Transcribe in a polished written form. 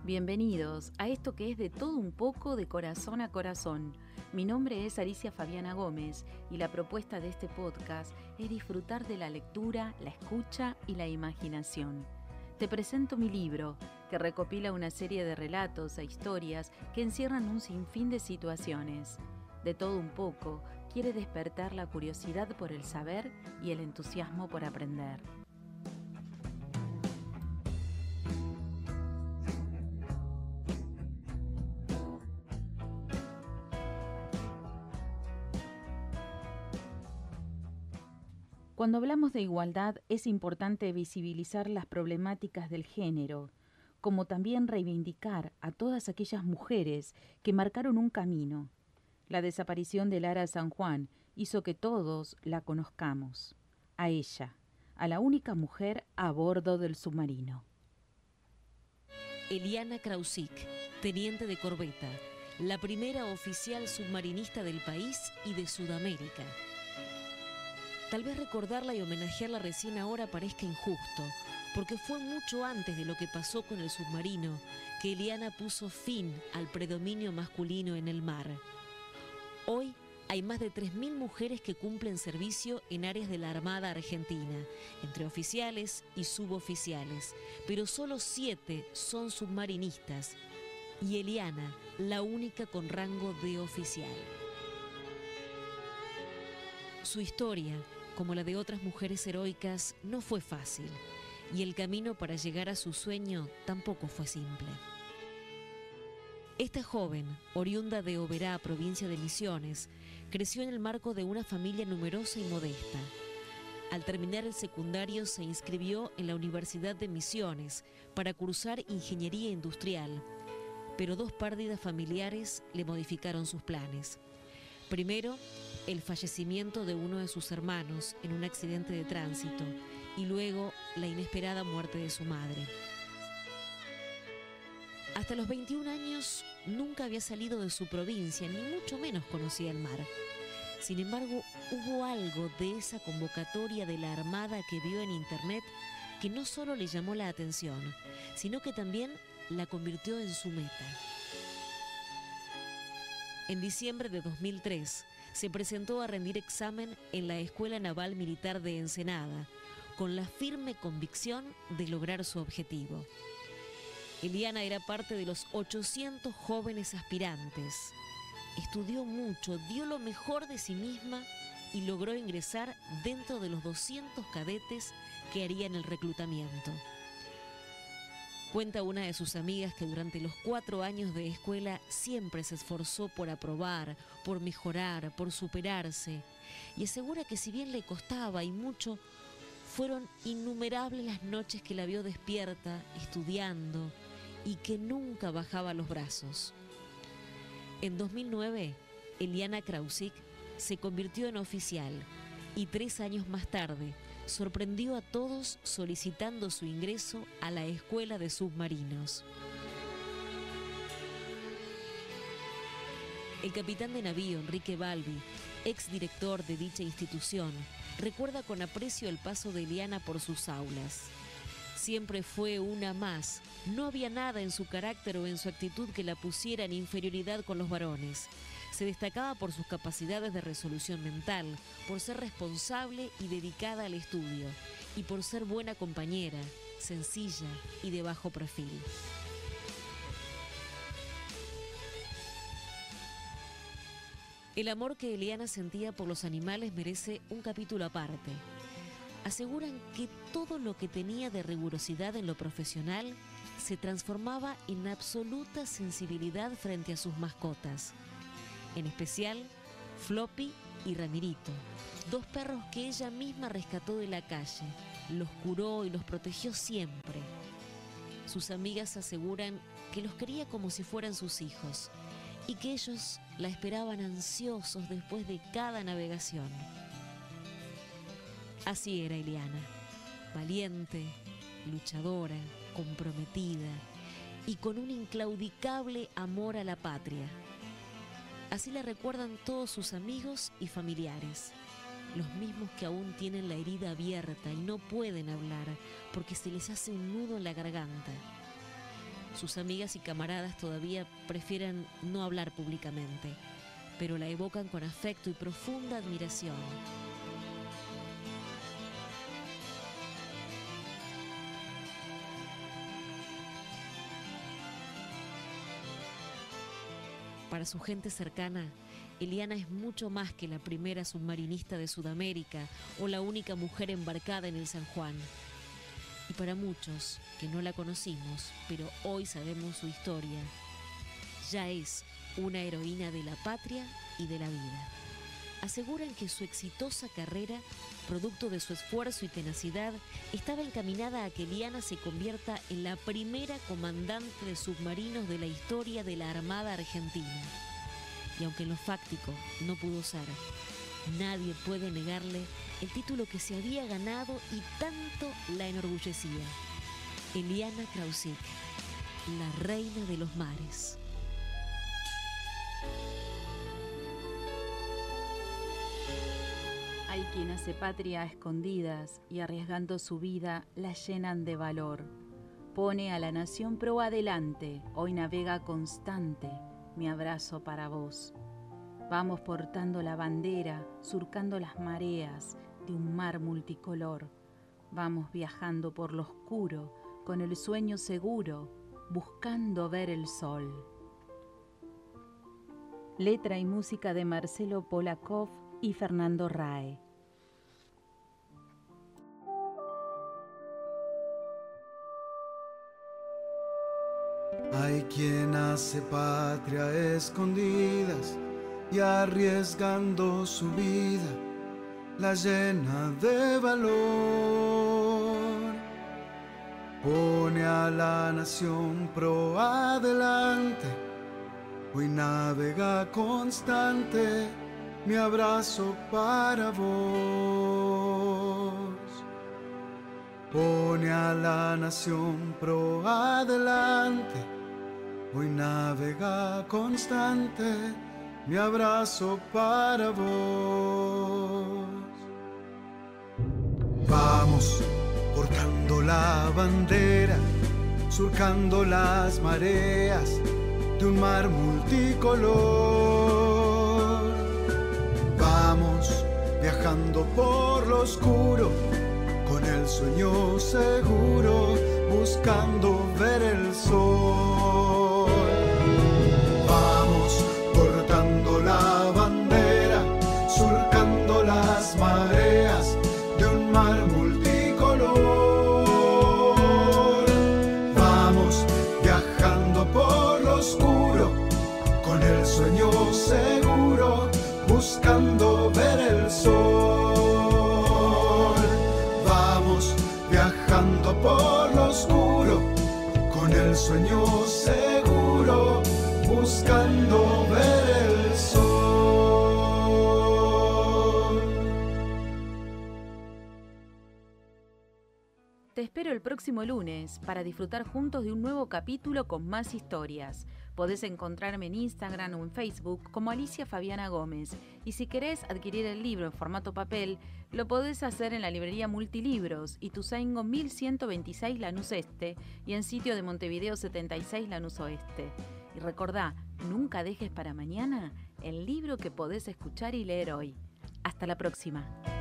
Bienvenidos a esto que es de todo un poco de corazón a corazón. Mi nombre es Alicia Fabiana Gómez y la propuesta de este podcast es disfrutar de la lectura, la escucha y la imaginación. Te presento mi libro, que recopila una serie de relatos e historias que encierran un sinfín de situaciones. De todo un poco, quiere despertar la curiosidad por el saber y el entusiasmo por aprender. Cuando hablamos de igualdad, es importante visibilizar las problemáticas del género, como también reivindicar a todas aquellas mujeres que marcaron un camino. La desaparición de Lara San Juan hizo que todos la conozcamos, a ella, a la única mujer a bordo del submarino. Eliana Krausik, teniente de corbeta, la primera oficial submarinista del país y de Sudamérica. Tal vez recordarla y homenajearla recién ahora parezca injusto, porque fue mucho antes de lo que pasó con el submarino que Eliana puso fin al predominio masculino en el mar. Hoy hay más de 3.000 mujeres que cumplen servicio en áreas de la Armada Argentina, entre oficiales y suboficiales, pero solo 7 son submarinistas, y Eliana, la única con rango de oficial. Su historia, como la de otras mujeres heroicas, no fue fácil, y el camino para llegar a su sueño tampoco fue simple. Esta joven, oriunda de Oberá, provincia de Misiones, creció en el marco de una familia numerosa y modesta. Al terminar el secundario se inscribió en la Universidad de Misiones para cursar ingeniería industrial, pero 2 pérdidas familiares le modificaron sus planes. Primero, el fallecimiento de uno de sus hermanos en un accidente de tránsito y luego la inesperada muerte de su madre. Hasta los 21 años nunca había salido de su provincia, ni mucho menos conocía el mar. Sin embargo, hubo algo de esa convocatoria de la Armada que vio en internet que no solo le llamó la atención, sino que también la convirtió en su meta. En diciembre de 2003, se presentó a rendir examen en la Escuela Naval Militar de Ensenada, con la firme convicción de lograr su objetivo. Eliana era parte de los 800 jóvenes aspirantes. Estudió mucho, dio lo mejor de sí misma y logró ingresar dentro de los 200 cadetes que harían el reclutamiento. Cuenta una de sus amigas que durante los 4 años de escuela siempre se esforzó por aprobar, por mejorar, por superarse, y asegura que si bien le costaba y mucho, fueron innumerables las noches que la vio despierta, estudiando, y que nunca bajaba los brazos. En 2009, Eliana Krausik se convirtió en oficial y 3 años más tarde sorprendió a todos solicitando su ingreso a la Escuela de Submarinos. El capitán de navío Enrique Balbi, exdirector de dicha institución, recuerda con aprecio el paso de Eliana por sus aulas. Siempre fue una más. No había nada en su carácter o en su actitud que la pusiera en inferioridad con los varones. Se destacaba por sus capacidades de resolución mental, por ser responsable y dedicada al estudio, y por ser buena compañera, sencilla y de bajo perfil. El amor que Eliana sentía por los animales merece un capítulo aparte. Aseguran que todo lo que tenía de rigurosidad en lo profesional se transformaba en absoluta sensibilidad frente a sus mascotas. En especial, Floppy y Ramirito, 2 perros que ella misma rescató de la calle, los curó y los protegió siempre. Sus amigas aseguran que los quería como si fueran sus hijos y que ellos la esperaban ansiosos después de cada navegación. Así era Eliana, valiente, luchadora, comprometida y con un inclaudicable amor a la patria. Así la recuerdan todos sus amigos y familiares, los mismos que aún tienen la herida abierta y no pueden hablar porque se les hace un nudo en la garganta. Sus amigas y camaradas todavía prefieren no hablar públicamente, pero la evocan con afecto y profunda admiración. Para su gente cercana, Eliana es mucho más que la primera submarinista de Sudamérica o la única mujer embarcada en el San Juan. Y para muchos que no la conocimos, pero hoy sabemos su historia, ya es una heroína de la patria y de la vida. Aseguran que su exitosa carrera, producto de su esfuerzo y tenacidad, estaba encaminada a que Eliana se convierta en la primera comandante de submarinos de la historia de la Armada Argentina. Y aunque en lo fáctico no pudo ser, nadie puede negarle el título que se había ganado y tanto la enorgullecía. Eliana Krausik, la reina de los mares. Hay quien hace patria a escondidas y arriesgando su vida la llenan de valor. Pone a la nación pro adelante, hoy navega constante, mi abrazo para vos. Vamos portando la bandera, surcando las mareas de un mar multicolor. Vamos viajando por lo oscuro, con el sueño seguro, buscando ver el sol. Letra y música de Marcelo Polakov y Fernando Rae. Hay quien hace patria a escondidas y arriesgando su vida la llena de valor. Pone a la nación pro adelante, hoy navega constante, mi abrazo para vos. Pone a la nación pro adelante, hoy navega constante, mi abrazo para vos. Vamos portando la bandera, surcando las mareas de un mar multicolor. Vamos viajando por lo oscuro, con el sueño seguro, buscando ver el sol. Vamos portando la bandera, surcando las mareas de un mar multicolor. Vamos viajando por lo oscuro, con el sueño seguro, buscando ver el sol. Viajando por lo oscuro, con el sueño seguro, buscando ver el sol. Te espero el próximo lunes para disfrutar juntos de un nuevo capítulo con más historias. Podés encontrarme en Instagram o en Facebook como Alicia Fabiana Gómez. Y si querés adquirir el libro en formato papel, lo podés hacer en la librería Multilibros, Ituzaingó 1126 Lanús Este y en Sitio de Montevideo 76 Lanús Oeste. Y recordá, nunca dejes para mañana el libro que podés escuchar y leer hoy. Hasta la próxima.